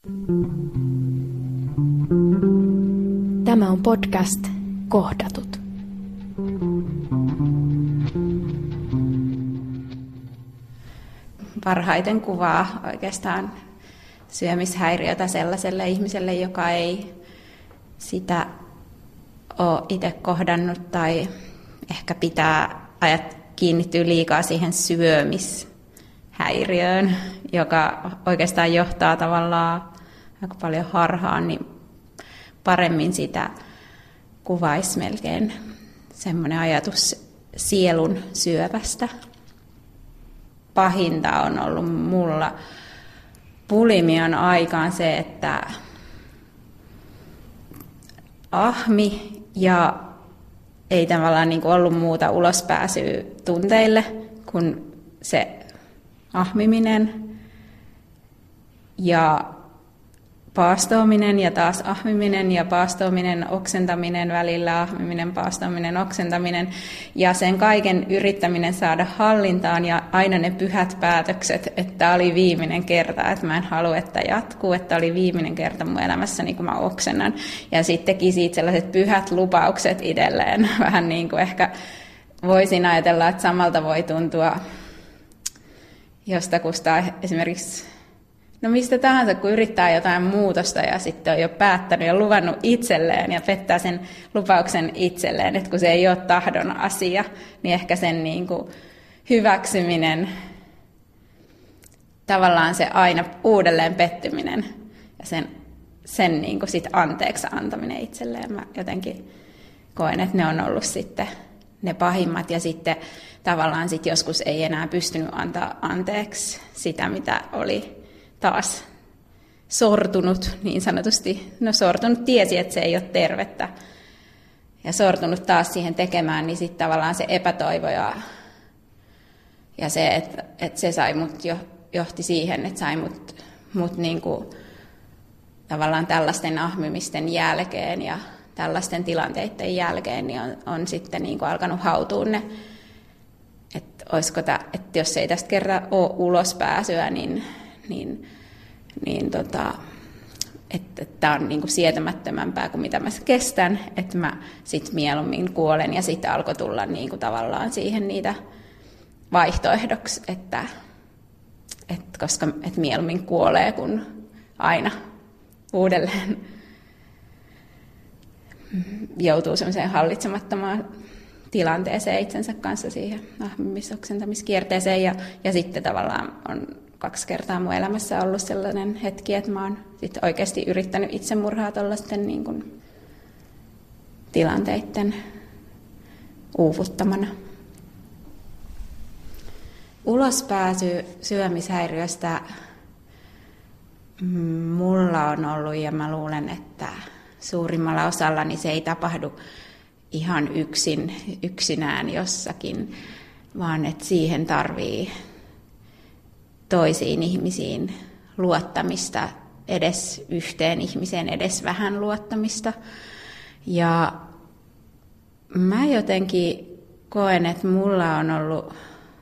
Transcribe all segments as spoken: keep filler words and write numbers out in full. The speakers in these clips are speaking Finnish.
Tämä on podcast Kohdatut. Parhaiten kuvaa oikeastaan syömishäiriötä sellaiselle ihmiselle, joka ei sitä ole itse kohdannut tai ehkä pitää ajat kiinnittyä liikaa siihen syömishäiriöön, joka oikeastaan johtaa tavallaan aika paljon harhaan, niin paremmin sitä kuvaisi melkein semmoinen ajatus sielun syövästä. Pahinta on ollut mulla bulimian aikaan se, että ahmi ja ei tavallaan niin kuin ollut muuta ulospääsyä tunteille kuin se ahmiminen ja paastoaminen ja taas ahmiminen ja paastoaminen, oksentaminen välillä, ahmiminen, paastoaminen, oksentaminen ja sen kaiken yrittäminen saada hallintaan ja aina ne pyhät päätökset, että oli viimeinen kerta, että mä en halua, että jatkuu, että oli viimeinen kerta mun elämässäni, kun mä oksennan. Ja sitten teki siitä sellaiset pyhät lupaukset itselleen. Vähän niin kuin ehkä voisin ajatella, että samalta voi tuntua jostakusta esimerkiksi no mistä tahansa, kun yrittää jotain muutosta ja sitten on jo päättänyt ja luvannut itselleen ja pettää sen lupauksen itselleen, että kun se ei ole tahdon asia, niin ehkä sen niin kuin hyväksyminen, tavallaan se aina uudelleen pettyminen ja sen, sen niin kuin sit anteeksi antaminen itselleen. Mä jotenkin koen, että ne on ollut sitten ne pahimmat ja sitten tavallaan sit joskus ei enää pystynyt antaa anteeksi sitä, mitä oli taas sortunut niin sanotusti, no sortunut tiesi, että se ei ole tervettä ja sortunut taas siihen tekemään, niin sitten tavallaan se epätoivo ja, ja se, että, että se sai mut jo, johti siihen, että sai mut, mut niinku, tavallaan tällaisten ahmimisten jälkeen ja tällaisten tilanteiden jälkeen niin on, on sitten niinku alkanut hautuun ne, että, olisiko tää, että jos ei tästä kerran ole ulospääsyä, niin niin, niin tota, että tämä on niinku sietämättömämpää kuin mitä mä kestän, että mä sitten mieluummin kuolen ja sitten alkoi tulla niinku tavallaan siihen niitä vaihtoehdoksi, että, että koska että mieluummin kuolee kuin aina uudelleen joutuu semmoiseen hallitsemattomaan tilanteeseen itsensä kanssa siihen ahmimisoksentamiskierteeseen ja, ja sitten tavallaan on kaksi kertaa mun elämässä ollut sellainen hetki, että mä oon sit oikeasti yrittänyt itsemurhaa tuollaisten niin kuin tilanteiden uuvuttamana. Ulospääsy syömishäiriöstä mulla on ollut ja mä luulen, että suurimmalla osalla niin se ei tapahdu ihan yksin, yksinään jossakin, vaan että siihen tarvii toisiin ihmisiin luottamista, edes yhteen ihmiseen, edes vähän luottamista. Ja mä jotenkin koen, että mulla on ollut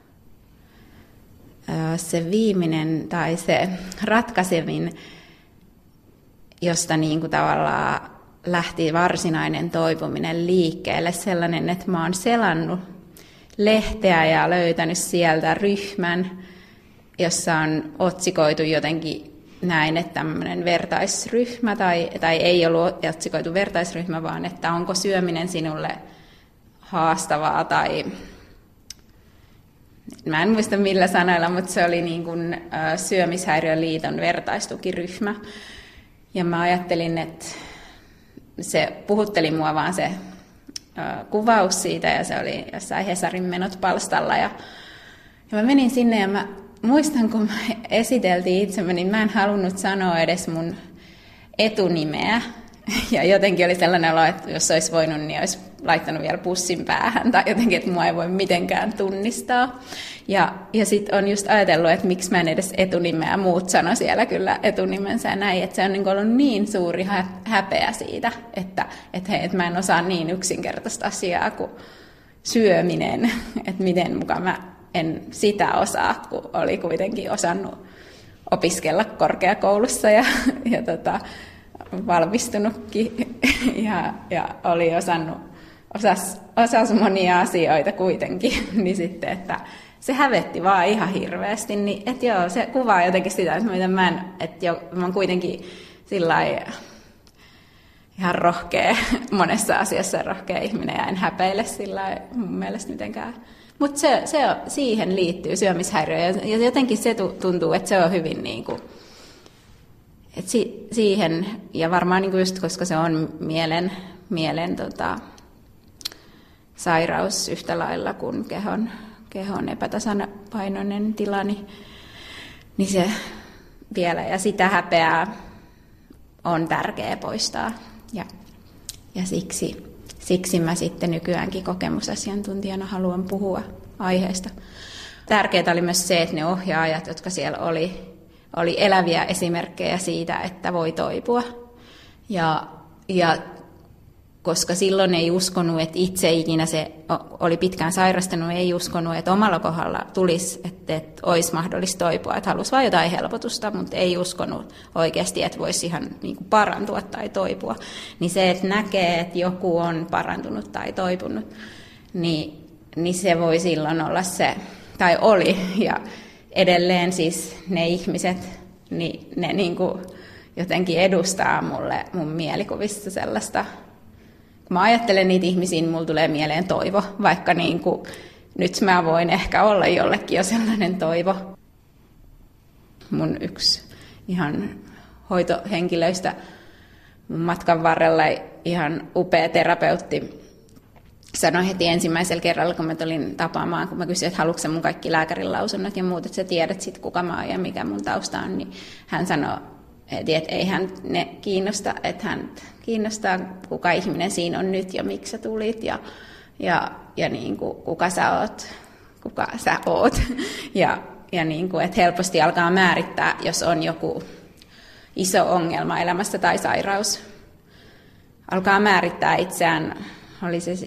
se viimeinen tai se ratkaisevin, josta niin kuin tavallaan lähti varsinainen toipuminen liikkeelle, sellainen, että mä oon selannut lehteä ja löytänyt sieltä ryhmän, jossa on otsikoitu jotenkin näin, että tämmöinen vertaisryhmä, tai, tai ei ollut otsikoitu vertaisryhmä, vaan että onko syöminen sinulle haastavaa, tai mä en muista millä sanoilla, mutta se oli niin kuin ä, Syömishäiriöliiton vertaistukiryhmä. Ja mä ajattelin, että se puhutteli mua vaan se ä, kuvaus siitä, ja se oli jossain Hesarin menot palstalla, ja, ja mä menin sinne, ja mä muistan, kun mä esiteltiin itsemme, niin mä en halunnut sanoa edes mun etunimeä. Ja jotenkin oli sellainen olo, että jos olisi voinut, niin olisi laittanut vielä pussin päähän. Tai jotenkin, että mua ei voi mitenkään tunnistaa. Ja, ja sitten on just ajatellut, että miksi mä en edes etunimeä. Muut sano siellä kyllä etunimensä ja näin. Että se on niin ollut niin suuri häpeä siitä, että, että, hei, että mä en osaa niin yksinkertaista asiaa kuin syöminen. Että miten mukaan mä en sitä osaa, kun oli kuitenkin osannut opiskella korkeakoulussa ja, ja tota, valmistunutkin ja, ja oli osannut, osas, osas monia asioita kuitenkin, niin sitten, että se hävetti vaan ihan hirveästi, niin että joo, se kuvaa jotenkin sitä, että miten mä en, että jo, mä oon kuitenkin sillai ihan rohkea, monessa asiassa rohkea ihminen ja en häpeile sillai mun mielestä mitenkään. Mutta se, se on, siihen liittyy syömishäiriö ja jotenkin se tuntuu, että se on hyvin niin kuin, että si, siihen, ja varmaan niin kuin just koska se on mielen, mielen tota, sairaus yhtä lailla kuin kehon, kehon epätasapainoinen tila, niin, niin se vielä, ja sitä häpeää on tärkeää poistaa. Ja, ja siksi, siksi mä sitten nykyäänkin kokemusasiantuntijana haluan puhua aiheesta. Tärkeää oli myös se, että ne ohjaajat, jotka siellä oli, oli eläviä esimerkkejä siitä, että voi toipua. Ja, ja koska silloin ei uskonut, että itse ikinä se oli pitkään sairastanut, ei uskonut, että omalla kohdalla tulisi, että, että olisi mahdollista toipua, että halusi vain jotain helpotusta, mutta ei uskonut oikeasti, että voisi ihan niin kuin parantua tai toipua. Niin se, että näkee, että joku on parantunut tai toipunut, niin, niin se voi silloin olla se, tai oli, ja edelleen siis ne ihmiset, niin ne niin kuin jotenkin edustaa mulle mun mielikuvissa sellaista. Kun mä ajattelen niitä ihmisiä, niin mulla tulee mieleen toivo, vaikka niin kuin, nyt mä voin ehkä olla jollekin jo sellainen toivo. Mun yksi ihan hoitohenkilöistä mun matkan varrella ihan upea terapeutti sanoi heti ensimmäisellä kerralla, kun mä tulin tapaamaan, kun mä kysyin, että haluatko mun kaikki lääkärin lausunnot ja muut, että sä tiedät sit kuka mä oon ja mikä mun tausta on, niin hän sanoi, että ei hän ne kiinnosta, että hän kiinnostaa, kuka ihminen siinä on nyt ja miksi sä tulit ja, ja, ja niin kuin, kuka sä oot, kuka sä oot. Ja, ja niin kuin, että helposti alkaa määrittää, jos on joku iso ongelma elämässä tai sairaus. Alkaa määrittää itseään, oli se,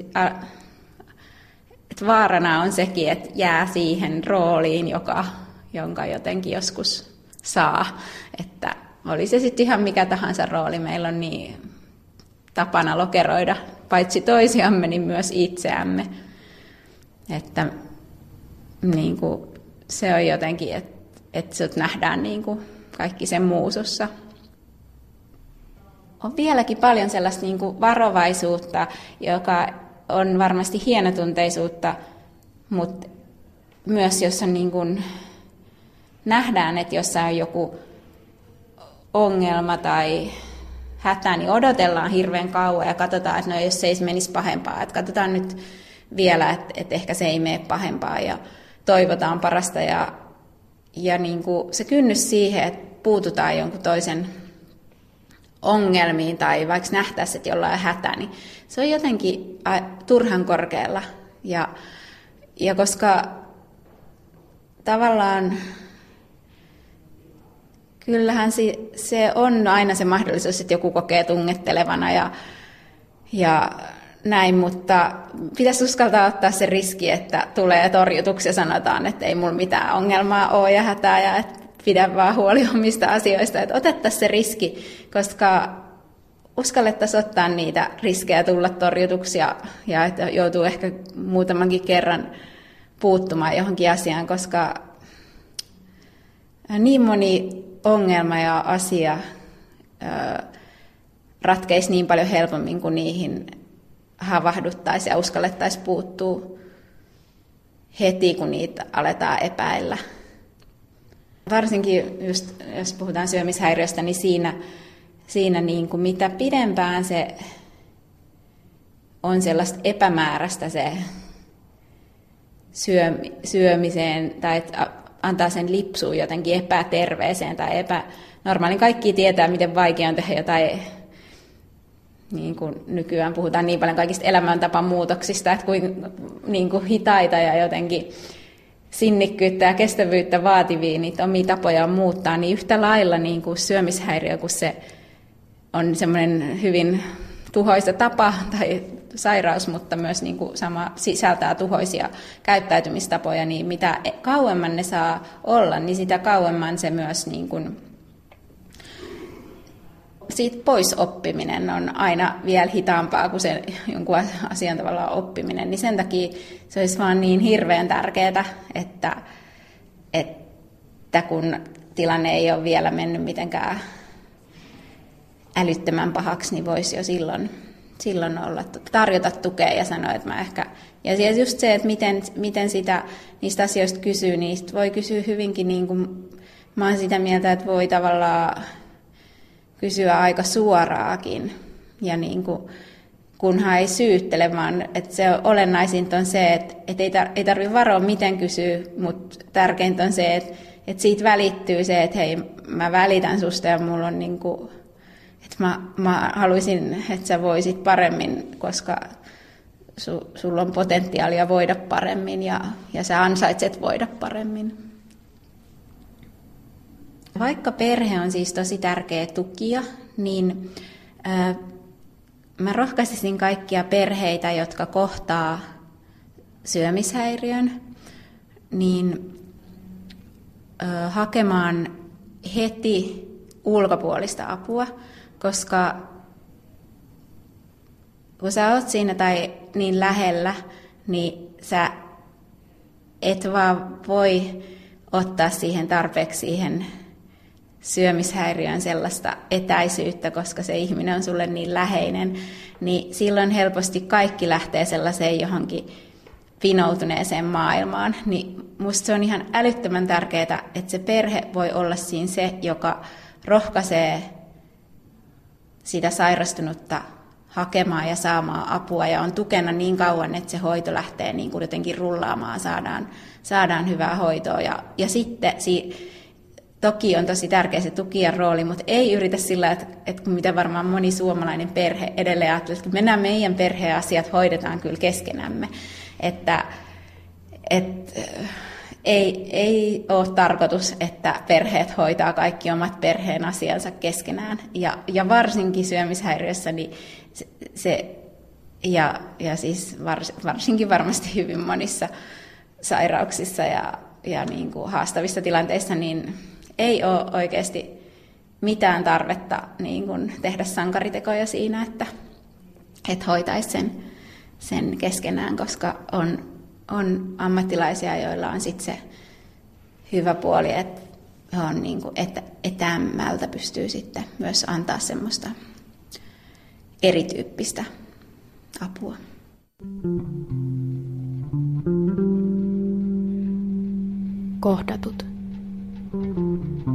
että vaarana on sekin, että jää siihen rooliin, joka, jonka jotenkin joskus saa, että oli se sitten ihan mikä tahansa rooli. Meillä on niin tapana lokeroida paitsi toisiamme, niin myös itseämme. Että niin kuin, se on jotenkin, että, että sut nähdään niin kuin kaikki sen muusussa. On vieläkin paljon sellaista niin kuin varovaisuutta, joka on varmasti hienotunteisuutta, mutta myös jos on niin kuin, nähdään, että jossain on joku ongelma tai hätä, niin odotellaan hirveän kauan ja katsotaan, että no jos se ei menisi pahempaa, että katsotaan nyt vielä, että, että ehkä se ei mene pahempaa ja toivotaan parasta ja, ja niin kuin se kynnys siihen, että puututaan jonkun toisen ongelmiin tai vaikka nähtäisiin, että jollain on hätä, niin se on jotenkin turhan korkealla ja, ja koska tavallaan kyllähän se on aina se mahdollisuus, että joku kokee tungettelevana ja, ja näin, mutta pitäisi uskaltaa ottaa se riski, että tulee torjutuksi ja sanotaan, että ei mulla mitään ongelmaa ole ja hätää ja että pidä vaan huoli omista asioista. Että otettaisiin se riski, koska uskallettaisiin ottaa niitä riskejä tulla torjutuksi ja, ja että joutuu ehkä muutamankin kerran puuttumaan johonkin asiaan, koska niin moni ongelma ja asia ö, ratkeisi niin paljon helpommin, kuin niihin havahduttaisiin ja uskallettaisiin puuttua heti, kun niitä aletaan epäillä. Varsinkin just, jos puhutaan syömishäiriöstä, niin siinä, siinä niin kuin mitä pidempään se on sellaista epämääräistä se syömi, syömiseen tai että antaa sen lipsuun jotenkin epäterveeseen tai epänormaaliin. Kaikki tietää, miten vaikea on tehdä jotain, niin kuin nykyään puhutaan niin paljon kaikista elämäntapamuutoksista, että kuin, niin kuin hitaita ja jotenkin sinnikkyyttä ja kestävyyttä vaativia niitä omia tapoja muuttaa, niin yhtä lailla niin kuin syömishäiriö, kun se on semmoinen hyvin tuhoisa tapa tai sairaus, mutta myös niin kuin sama sisältää tuhoisia käyttäytymistapoja, niin mitä kauemman ne saa olla, niin sitä kauemman se myös niin kuin siitä pois oppiminen on aina vielä hitaampaa kuin se jonkun asian tavallaan oppiminen, niin sen takia se olisi vaan niin hirveän tärkeää, että, että kun tilanne ei ole vielä mennyt mitenkään älyttömän pahaksi, niin voisi jo silloin, silloin olla, tarjota tukea ja sanoa, että mä ehkä... Ja just se, että miten, miten sitä niistä asioista kysyy, niistä voi kysyä hyvinkin, niin kuin, mä oon sitä mieltä, että voi tavallaan kysyä aika suoraakin, ja niin kuin, kunhan ei syyttele, vaan että se olennaisinta on se, että, että ei, tar- ei tarvitse varoa, miten kysyy, mutta tärkeintä on se, että, että siitä välittyy se, että hei, mä välitän susta ja mulla on niin kuin, että mä, mä haluaisin, että sä voisit paremmin, koska su, sulla on potentiaalia voida paremmin ja, ja sä ansaitset voida paremmin. Vaikka perhe on siis tosi tärkeä tukija, niin ää, mä rohkaisisin kaikkia perheitä, jotka kohtaa syömishäiriön, niin ää, hakemaan heti ulkopuolista apua, koska kun sä oot siinä tai niin lähellä, niin sä et vaan voi ottaa siihen tarpeeksi siihen syömishäiriöön sellaista etäisyyttä, koska se ihminen on sulle niin läheinen, niin silloin helposti kaikki lähtee sellaiseen johonkin vinoutuneeseen maailmaan. Niin musta se on ihan älyttömän tärkeää, että se perhe voi olla siinä se, joka rohkaisee sitä sairastunutta hakemaan ja saamaan apua ja on tukena niin kauan, että se hoito lähtee niin kuin jotenkin rullaamaan, saadaan, saadaan hyvää hoitoa. Ja, ja sitten si, toki on tosi tärkeä se tukijan rooli, mutta ei yritä sillä, että, että mitä varmaan moni suomalainen perhe edelleen ajattelee, että mennään meidän perheen asiat, hoidetaan kyllä keskenämme. Että, et, ei, ei ole tarkoitus, että perheet hoitaa kaikki omat perheen asiansa keskenään. Ja, ja varsinkin syömishäiriössä, niin se, se ja, ja siis vars, varsinkin varmasti hyvin monissa sairauksissa ja, ja niin kuin haastavissa tilanteissa, niin ei ole oikeasti mitään tarvetta niin kuin tehdä sankaritekoja siinä, että, että hoitaisi sen, sen keskenään, koska on On ammattilaisia, joilla on sitten se hyvä puoli, että on niin kuin et, etäämmältä pystyy sitten myös antaa semmoista erityyppistä apua. Kohdatut.